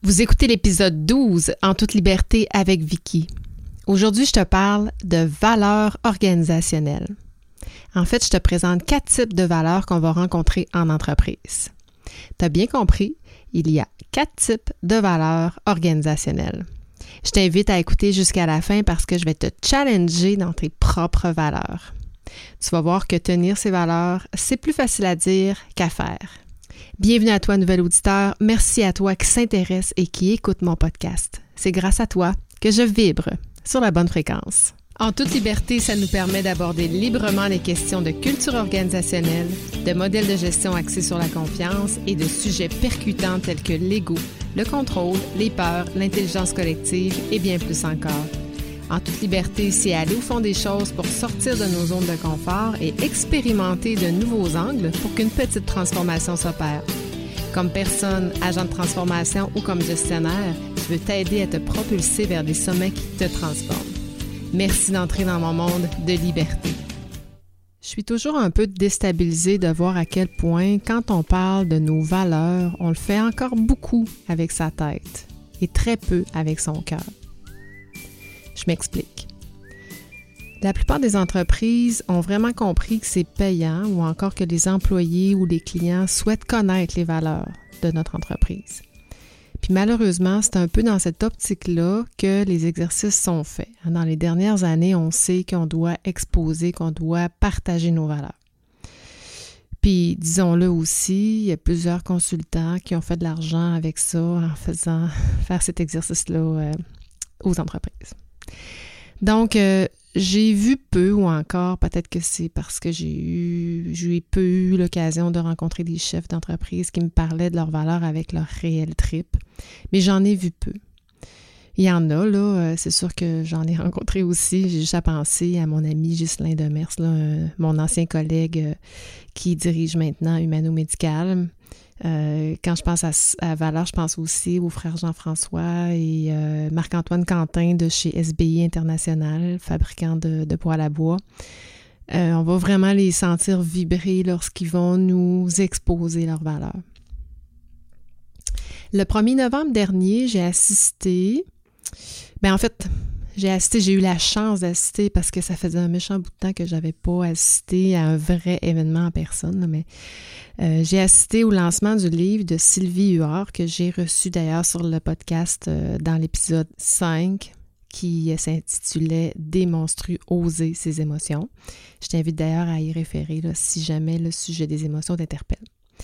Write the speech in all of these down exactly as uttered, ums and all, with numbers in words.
Vous écoutez l'épisode douze, En toute liberté avec Vicky. Aujourd'hui, je te parle de valeurs organisationnelles. En fait, je te présente quatre types de valeurs qu'on va rencontrer en entreprise. Tu as bien compris, il y a quatre types de valeurs organisationnelles. Je t'invite à écouter jusqu'à la fin parce que je vais te challenger dans tes propres valeurs. Tu vas voir que tenir ces valeurs, c'est plus facile à dire qu'à faire. Bienvenue à toi, nouvel auditeur. Merci à toi qui s'intéresse et qui écoute mon podcast. C'est grâce à toi que je vibre sur la bonne fréquence. En toute liberté, ça nous permet d'aborder librement les questions de culture organisationnelle, de modèles de gestion axés sur la confiance et de sujets percutants tels que l'ego, le contrôle, les peurs, l'intelligence collective et bien plus encore. En toute liberté, c'est aller au fond des choses pour sortir de nos zones de confort et expérimenter de nouveaux angles pour qu'une petite transformation s'opère. Comme personne, agent de transformation ou comme gestionnaire, je veux t'aider à te propulser vers des sommets qui te transforment. Merci d'entrer dans mon monde de liberté. Je suis toujours un peu déstabilisée de voir à quel point, quand on parle de nos valeurs, on le fait encore beaucoup avec sa tête et très peu avec son cœur. Je m'explique. La plupart des entreprises ont vraiment compris que c'est payant ou encore que les employés ou les clients souhaitent connaître les valeurs de notre entreprise. Puis malheureusement, c'est un peu dans cette optique-là que les exercices sont faits. Dans les dernières années, on sait qu'on doit exposer, qu'on doit partager nos valeurs. Puis, disons-le aussi, il y a plusieurs consultants qui ont fait de l'argent avec ça en faisant faire cet exercice-là euh, aux entreprises. Donc, euh, j'ai vu peu ou encore, peut-être que c'est parce que j'ai eu, j'ai peu eu l'occasion de rencontrer des chefs d'entreprise qui me parlaient de leurs valeurs avec leur réel trip, mais j'en ai vu peu. Il y en a, là, euh, c'est sûr que j'en ai rencontré aussi. J'ai juste à penser à mon ami Ghislain Demers, là, euh, mon ancien collègue euh, qui dirige maintenant Humano Médical. Euh, quand je pense à, à Valeurs, je pense aussi aux frères Jean-François et euh, Marc-Antoine Quentin de chez S B I International, fabricant de, de poêles à bois. Euh, on va vraiment les sentir vibrer lorsqu'ils vont nous exposer leurs valeurs. Le premier novembre dernier, j'ai assisté, ben en fait, j'ai assisté, j'ai eu la chance d'assister parce que ça faisait un méchant bout de temps que j'avais pas assisté à un vrai événement en personne, là, mais euh, j'ai assisté au lancement du livre de Sylvie Huard que j'ai reçu d'ailleurs sur le podcast euh, dans l'épisode cinq qui s'intitulait « Des monstrues, oser ses émotions ». Je t'invite d'ailleurs à y référer là, si jamais le sujet des émotions t'interpelle.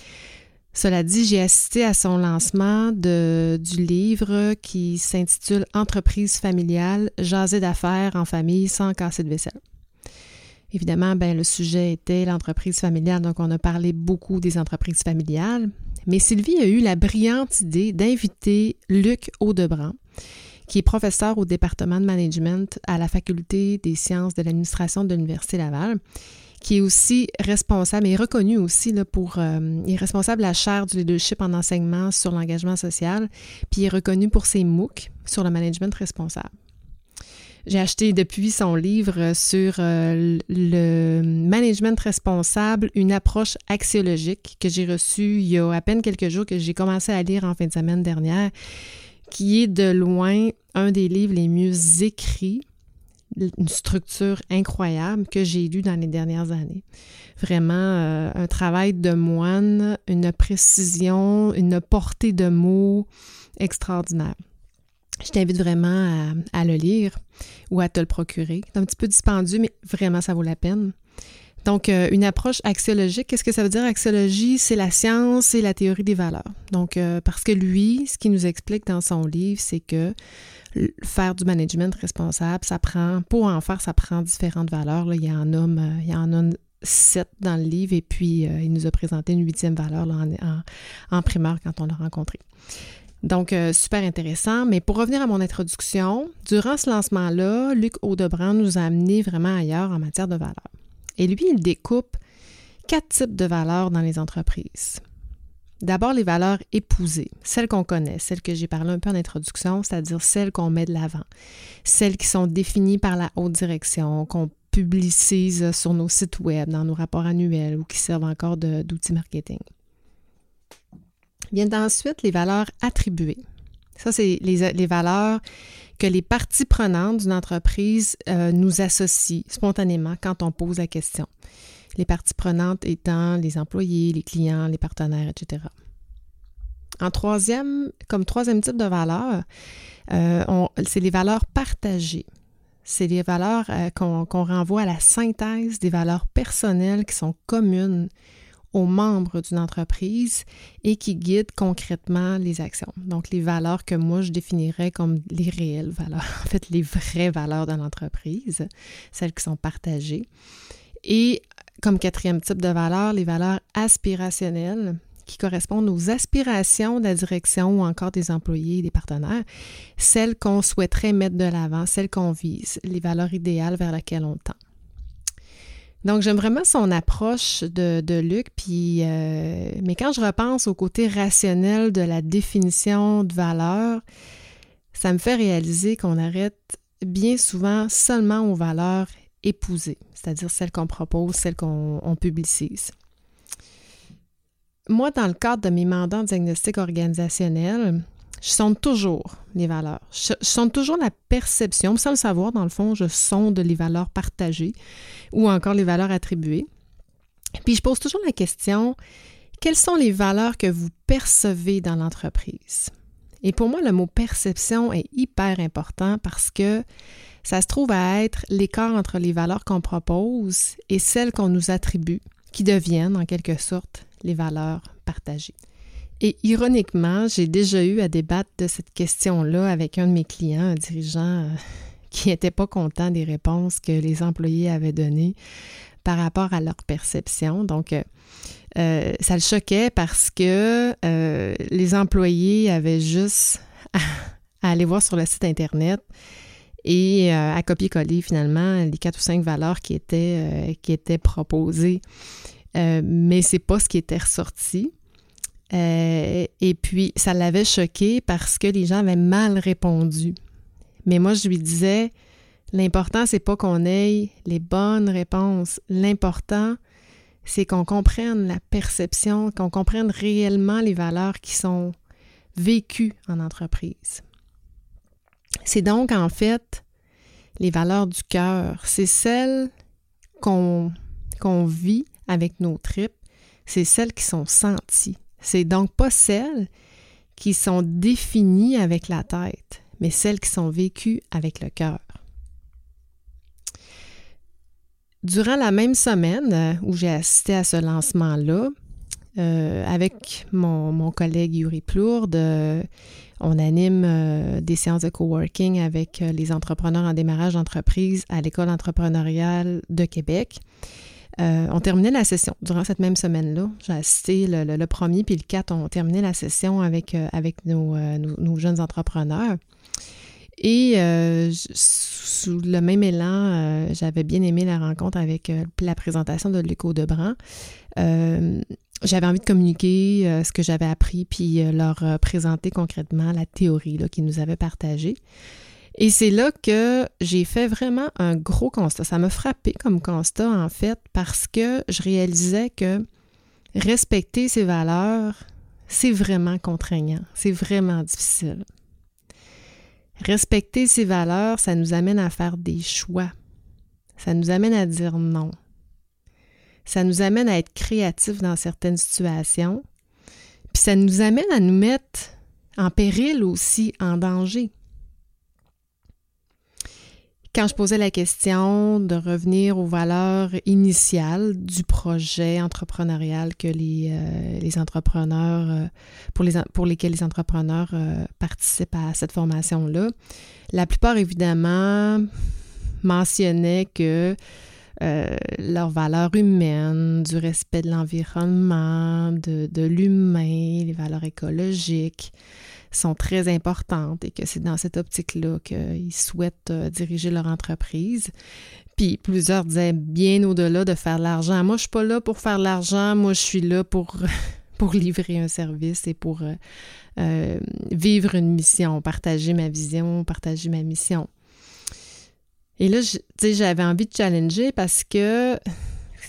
Cela dit, j'ai assisté à son lancement de, du livre qui s'intitule « Entreprise familiale, jaser d'affaires en famille sans casser de vaisselle ». Évidemment, ben, le sujet était l'entreprise familiale, donc on a parlé beaucoup des entreprises familiales. Mais Sylvie a eu la brillante idée d'inviter Luc Audebran, qui est professeur au département de management à la Faculté des sciences de l'administration de l'Université Laval, qui est aussi responsable et reconnu aussi là, pour... Euh, il est responsable de la chaire du leadership en enseignement sur l'engagement social, puis il est reconnu pour ses MOOC sur le management responsable. J'ai acheté depuis son livre sur euh, le management responsable, une approche axiologique que j'ai reçu il y a à peine quelques jours, que j'ai commencé à lire en fin de semaine dernière, qui est de loin un des livres les mieux écrits, une structure incroyable que j'ai lue dans les dernières années. Vraiment euh, un travail de moine, une précision, une portée de mots extraordinaire. Je t'invite vraiment à, à le lire ou à te le procurer. C'est un petit peu dispendieux, mais vraiment, ça vaut la peine. Donc, euh, une approche axiologique, qu'est-ce que ça veut dire? Axiologie, c'est la science et la théorie des valeurs. Donc, euh, parce que lui, ce qu'il nous explique dans son livre, c'est que faire du management responsable, ça prend, pour en faire, ça prend différentes valeurs. Là. Il y en a, euh, il y en a sept dans le livre et puis euh, il nous a présenté une huitième valeur là, en, en, en primeur quand on l'a rencontré. Donc, euh, super intéressant. Mais pour revenir à mon introduction, durant ce lancement-là, Luc Audebran nous a amené vraiment ailleurs en matière de valeurs. Et lui, il découpe quatre types de valeurs dans les entreprises. D'abord, les valeurs épousées, celles qu'on connaît, celles que j'ai parlé un peu en introduction, c'est-à-dire celles qu'on met de l'avant, celles qui sont définies par la haute direction, qu'on publicise sur nos sites web, dans nos rapports annuels ou qui servent encore de, d'outils marketing. Viennent ensuite les valeurs attribuées. Ça, c'est les, les valeurs que les parties prenantes d'une entreprise euh, nous associent spontanément quand on pose la question. Les parties prenantes étant les employés, les clients, les partenaires, et cetera. En troisième, comme troisième type de valeur, euh, on, c'est les valeurs partagées. C'est les valeurs euh, qu'on, qu'on renvoie à la synthèse des valeurs personnelles qui sont communes aux membres d'une entreprise et qui guident concrètement les actions. Donc, les valeurs que moi, je définirais comme les réelles valeurs, en fait, les vraies valeurs de l'entreprise, celles qui sont partagées. Et comme quatrième type de valeur, les valeurs aspirationnelles qui correspondent aux aspirations de la direction ou encore des employés et des partenaires, celles qu'on souhaiterait mettre de l'avant, celles qu'on vise, les valeurs idéales vers lesquelles on tend. Donc, j'aime vraiment son approche de, de Luc, puis, euh, mais quand je repense au côté rationnel de la définition de valeur, ça me fait réaliser qu'on arrête bien souvent seulement aux valeurs épousées, c'est-à-dire celles qu'on propose, celles qu'on on publicise. Moi, dans le cadre de mes mandats en diagnostic organisationnel, je sonde toujours les valeurs. Je, je sonde toujours la perception. Sans le savoir, dans le fond, je sonde les valeurs partagées ou encore les valeurs attribuées. Puis, je pose toujours la question, quelles sont les valeurs que vous percevez dans l'entreprise? Et pour moi, le mot perception est hyper important parce que ça se trouve à être l'écart entre les valeurs qu'on propose et celles qu'on nous attribue, qui deviennent, en quelque sorte, les valeurs partagées. Et ironiquement, j'ai déjà eu à débattre de cette question-là avec un de mes clients, un dirigeant euh, qui n'était pas content des réponses que les employés avaient données par rapport à leur perception. Donc, euh, euh, ça le choquait parce que euh, les employés avaient juste à, à aller voir sur le site Internet et euh, à copier-coller finalement les quatre ou cinq valeurs qui étaient, euh, qui étaient proposées. Euh, mais c'est pas ce qui était ressorti. Euh, et puis, ça l'avait choqué parce que les gens avaient mal répondu. Mais moi, je lui disais, l'important, c'est pas qu'on ait les bonnes réponses. L'important, c'est qu'on comprenne la perception, qu'on comprenne réellement les valeurs qui sont vécues en entreprise. C'est donc, en fait, les valeurs du cœur. C'est celles qu'on, qu'on vit avec nos tripes, c'est celles qui sont senties. C'est donc pas celles qui sont définies avec la tête, mais celles qui sont vécues avec le cœur. Durant la même semaine où j'ai assisté à ce lancement-là, euh, avec mon, mon collègue Yuri Plourde, euh, on anime euh, des séances de coworking avec euh, les entrepreneurs en démarrage d'entreprise à l'École entrepreneuriale de Québec. Euh, on terminait la session durant cette même semaine-là. J'ai assisté le, le, le premier puis le quatre, on terminait la session avec, euh, avec nos, euh, nos, nos jeunes entrepreneurs. Et euh, sous le même élan, euh, j'avais bien aimé la rencontre avec euh, la présentation de Luc Debran. Euh, j'avais envie de communiquer euh, ce que j'avais appris puis euh, leur euh, présenter concrètement la théorie là, qu'ils nous avaient partagée. Et c'est là que j'ai fait vraiment un gros constat. Ça m'a frappé comme constat, en fait, parce que je réalisais que respecter ses valeurs, c'est vraiment contraignant, c'est vraiment difficile. Respecter ses valeurs, ça nous amène à faire des choix. Ça nous amène à dire non. Ça nous amène à être créatifs dans certaines situations. Puis ça nous amène à nous mettre en péril aussi, en danger. Quand je posais la question de revenir aux valeurs initiales du projet entrepreneurial que les, euh, les entrepreneurs, euh, pour, les, pour lesquels les entrepreneurs euh, participent à cette formation-là, la plupart, évidemment, mentionnaient que euh, leurs valeurs humaines, du respect de l'environnement, de, de l'humain, les valeurs écologiques, sont très importantes et que c'est dans cette optique-là qu'ils souhaitent euh, diriger leur entreprise. Puis plusieurs disaient bien au-delà de faire de l'argent. Moi, je suis pas là pour faire de l'argent. Moi, je suis là pour, pour livrer un service et pour euh, euh, vivre une mission, partager ma vision, partager ma mission. Et là, je, tu sais, j'avais envie de challenger parce que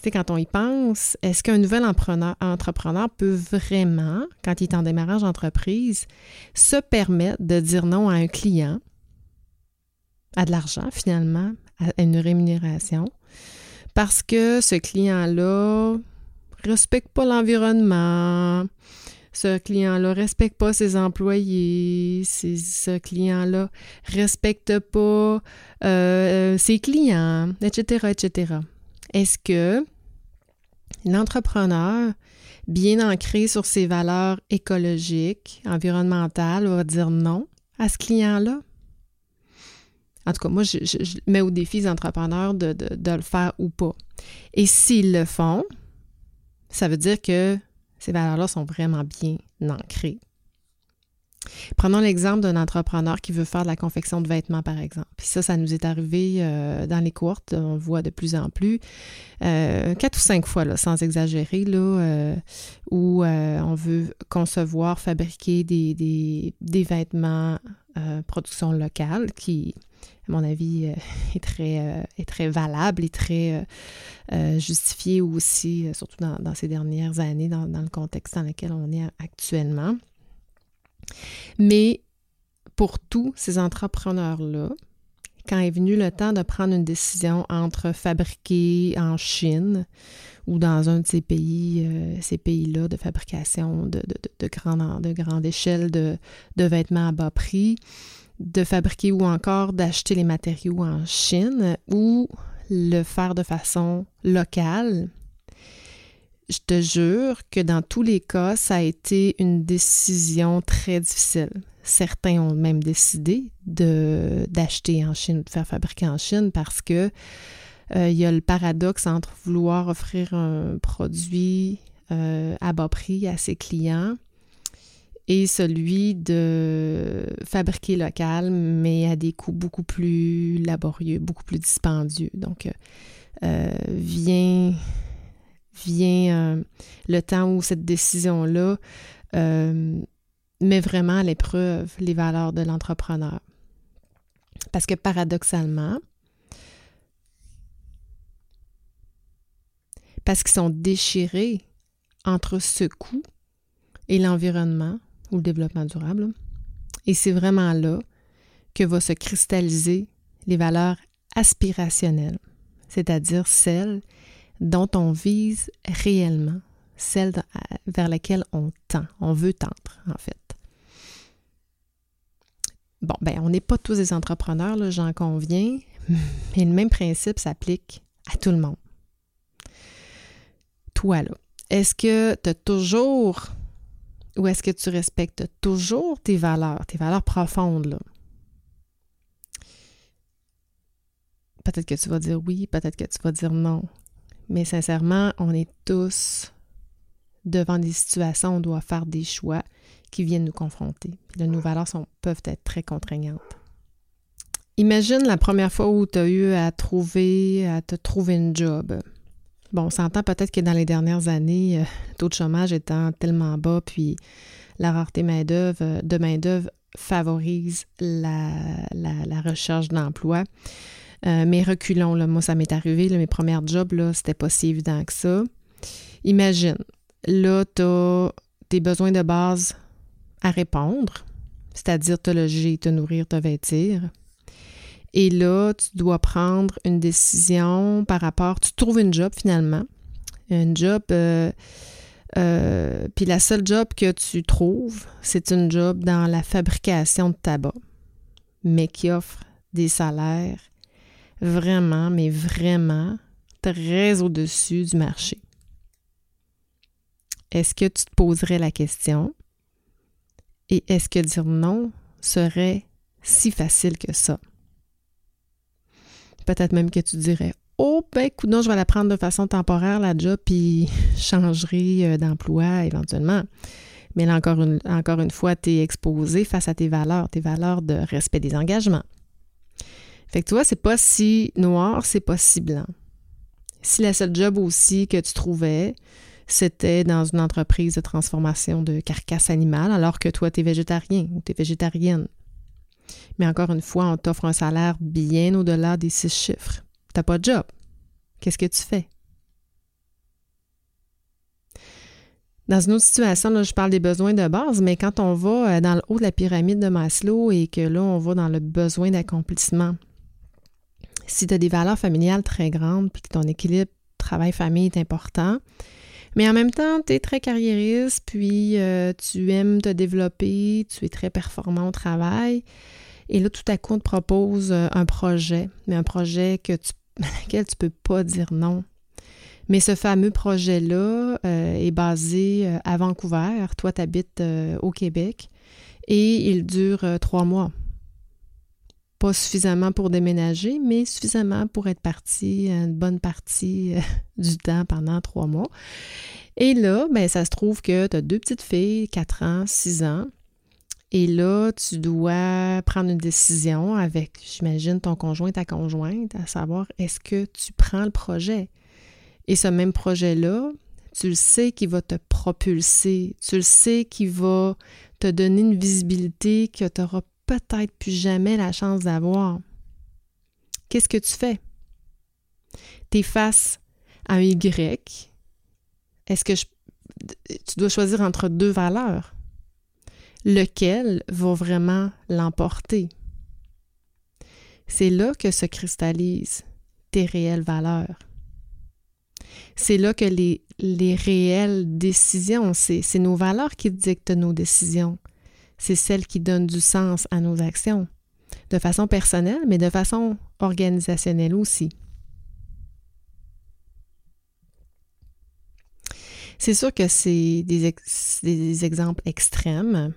sais, quand on y pense, est-ce qu'un nouvel entrepreneur, entrepreneur peut vraiment, quand il est en démarrage d'entreprise, se permettre de dire non à un client, à de l'argent finalement, à une rémunération, parce que ce client-là respecte pas l'environnement, ce client-là respecte pas ses employés, c'est, ce client-là respecte pas euh, ses clients, et cetera, et cetera. Est-ce que l'entrepreneur, bien ancré sur ses valeurs écologiques, environnementales, va dire non à ce client-là? En tout cas, moi, je, je, je mets au défi les entrepreneurs de, de, de le faire ou pas. Et s'ils le font, ça veut dire que ces valeurs-là sont vraiment bien ancrées. Prenons l'exemple d'un entrepreneur qui veut faire de la confection de vêtements, par exemple. Puis ça, ça nous est arrivé euh, dans les cohortes, on le voit de plus en plus, euh, quatre ou cinq fois, là, sans exagérer, là, euh, où euh, on veut concevoir, fabriquer des, des, des vêtements euh, production locale qui, à mon avis, euh, est, très, euh, est très valable et très euh, euh, justifié aussi, euh, surtout dans, dans ces dernières années, dans, dans le contexte dans lequel on est actuellement. Mais pour tous ces entrepreneurs-là, quand est venu le temps de prendre une décision entre fabriquer en Chine ou dans un de ces pays, euh, ces pays-là de fabrication de, de, de, de, grande, de grande échelle de, de vêtements à bas prix, de fabriquer ou encore d'acheter les matériaux en Chine ou le faire de façon locale, je te jure que dans tous les cas, ça a été une décision très difficile. Certains ont même décidé de, d'acheter en Chine, de faire fabriquer en Chine parce que euh, il y a le paradoxe entre vouloir offrir un produit euh, à bas prix à ses clients et celui de fabriquer local, mais à des coûts beaucoup plus laborieux, beaucoup plus dispendieux. Donc, euh, vient... vient euh, le temps où cette décision-là euh, met vraiment à l'épreuve les valeurs de l'entrepreneur. Parce que paradoxalement, parce qu'ils sont déchirés entre ce coût et l'environnement ou le développement durable, et c'est vraiment là que va se cristalliser les valeurs aspirationnelles, c'est-à-dire celles dont on vise réellement, celle vers laquelle on tend, on veut tendre, en fait. Bon, ben on n'est pas tous des entrepreneurs, là, j'en conviens, mais le même principe s'applique à tout le monde. Toi, là, est-ce que tu as toujours, ou est-ce que tu respectes toujours tes valeurs, tes valeurs profondes, là? Peut-être que tu vas dire oui, peut-être que tu vas dire non. Mais sincèrement, on est tous devant des situations où on doit faire des choix qui viennent nous confronter. Puis là, nos valeurs sont, peuvent être très contraignantes. Imagine la première fois où tu as eu à trouver, à te trouver une job. Bon, on s'entend peut-être que dans les dernières années, euh, le taux de chômage étant tellement bas, puis la rareté main-d'œuvre, de main-d'œuvre favorise la, la, la recherche d'emploi. Euh, mais reculons, là, moi, ça m'est arrivé, là, mes premières jobs, là, c'était pas si évident que ça. Imagine, là, tu as tes besoins de base à répondre, c'est-à-dire te loger, te nourrir, te vêtir. Et là, tu dois prendre une décision par rapport, tu trouves une job finalement, une job, euh, euh, puis la seule job que tu trouves, c'est une job dans la fabrication de tabac, mais qui offre des salaires vraiment, mais vraiment très au-dessus du marché. Est-ce que tu te poserais la question et est-ce que dire non serait si facile que ça? Peut-être même que tu dirais « Oh, ben, coudonc, je vais la prendre de façon temporaire, la job, puis je changerai d'emploi éventuellement. » Mais là, encore une, encore une fois, tu es exposé face à tes valeurs, tes valeurs de respect des engagements. Fait que tu vois, c'est pas si noir, c'est pas si blanc. Si la seule job aussi que tu trouvais, c'était dans une entreprise de transformation de carcasses animales, alors que toi, tu es végétarien ou tu es végétarienne. Mais encore une fois, on t'offre un salaire bien au-delà des six chiffres. Tu n'as pas de job. Qu'est-ce que tu fais? Dans une autre situation, là, je parle des besoins de base, mais quand on va dans le haut de la pyramide de Maslow et que là, on va dans le besoin d'accomplissement, si tu as des valeurs familiales très grandes puis que ton équilibre travail-famille est important, mais en même temps, tu es très carriériste, puis euh, tu aimes te développer, tu es très performant au travail, et là, tout à coup, on te propose un projet, mais un projet que tu, à laquelle tu ne peux pas dire non. Mais ce fameux projet-là euh, est basé euh, à Vancouver. Toi, tu habites euh, au Québec et il dure euh, trois mois. Pas suffisamment pour déménager, mais suffisamment pour être parti une bonne partie euh, du temps pendant trois mois. Et là, ben, ça se trouve que tu as deux petites filles, quatre ans, six ans. Et là, tu dois prendre une décision avec, j'imagine, ton conjoint, ta conjointe, à savoir, est-ce que tu prends le projet? Et ce même projet-là, tu le sais qu'il va te propulser, tu le sais qu'il va te donner une visibilité que tu n'auras peut-être plus jamais la chance d'avoir. Qu'est-ce que tu fais? Tu es face à un Y. Est-ce que je, tu dois choisir entre deux valeurs? Lequel va vraiment l'emporter? C'est là que se cristallisent tes réelles valeurs. C'est là que les, les réelles décisions, c'est, c'est nos valeurs qui dictent nos décisions. C'est celles qui donnent du sens à nos actions, de façon personnelle, mais de façon organisationnelle aussi. C'est sûr que c'est des, ex, des exemples extrêmes,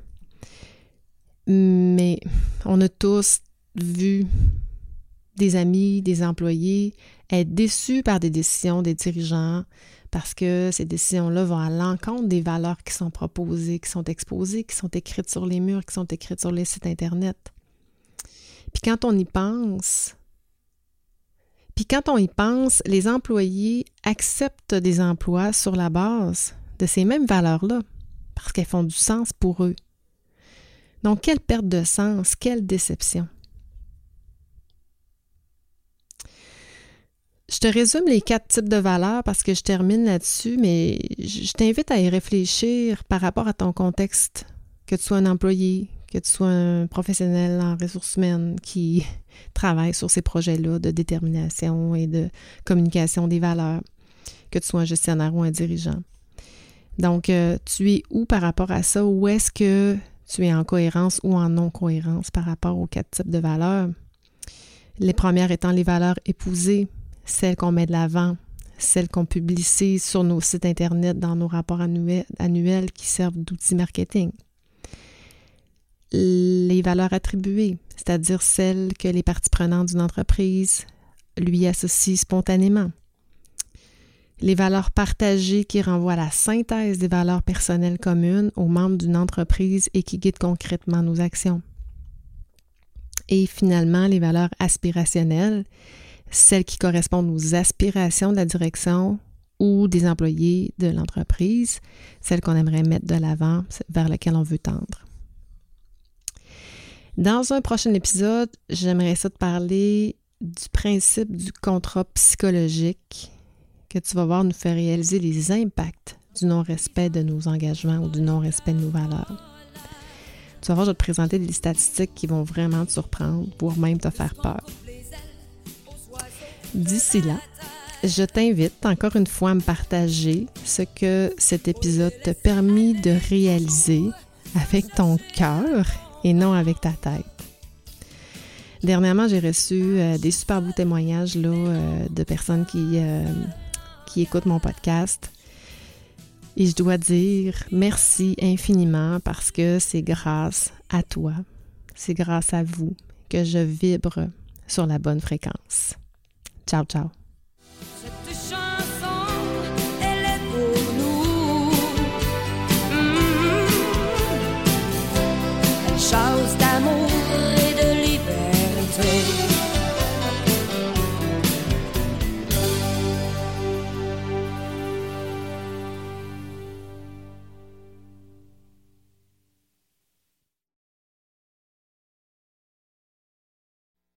mais on a tous vu des amis, des employés être déçus par des décisions des dirigeants parce que ces décisions-là vont à l'encontre des valeurs qui sont proposées, qui sont exposées, qui sont écrites sur les murs, qui sont écrites sur les sites Internet. Puis quand on y pense, puis quand on y pense, les employés acceptent des emplois sur la base de ces mêmes valeurs-là parce qu'elles font du sens pour eux. Donc, quelle perte de sens, quelle déception. Je te résume les quatre types de valeurs parce que je termine là-dessus, mais je t'invite à y réfléchir par rapport à ton contexte, que tu sois un employé, que tu sois un professionnel en ressources humaines qui travaille sur ces projets-là de détermination et de communication des valeurs, que tu sois un gestionnaire ou un dirigeant. Donc, euh, tu es où par rapport à ça? Où est-ce que tu es en cohérence ou en non-cohérence par rapport aux quatre types de valeurs? Les premières étant les valeurs épousées, celles qu'on met de l'avant, celles qu'on publicise sur nos sites Internet dans nos rapports annuels, annuels qui servent d'outils marketing. Les valeurs attribuées, c'est-à-dire celles que les parties prenantes d'une entreprise lui associent spontanément. Les valeurs partagées qui renvoient à la synthèse des valeurs personnelles communes aux membres d'une entreprise et qui guident concrètement nos actions. Et finalement, les valeurs aspirationnelles, celles qui correspondent aux aspirations de la direction ou des employés de l'entreprise, celles qu'on aimerait mettre de l'avant, vers lesquelles on veut tendre. Dans un prochain épisode, j'aimerais ça te parler du principe du contrat psychologique que tu vas voir nous faire réaliser les impacts du non-respect de nos engagements ou du non-respect de nos valeurs. Tu vas voir, je vais te présenter des statistiques qui vont vraiment te surprendre, voire même te faire peur. D'ici là, je t'invite encore une fois à me partager ce que cet épisode t'a permis de réaliser avec ton cœur et non avec ta tête. Dernièrement, j'ai reçu euh, des super beaux témoignages là, euh, de personnes qui, euh, qui écoutent mon podcast. Et je dois dire merci infiniment parce que c'est grâce à toi, c'est grâce à vous que je vibre sur la bonne fréquence. Ciao, ciao!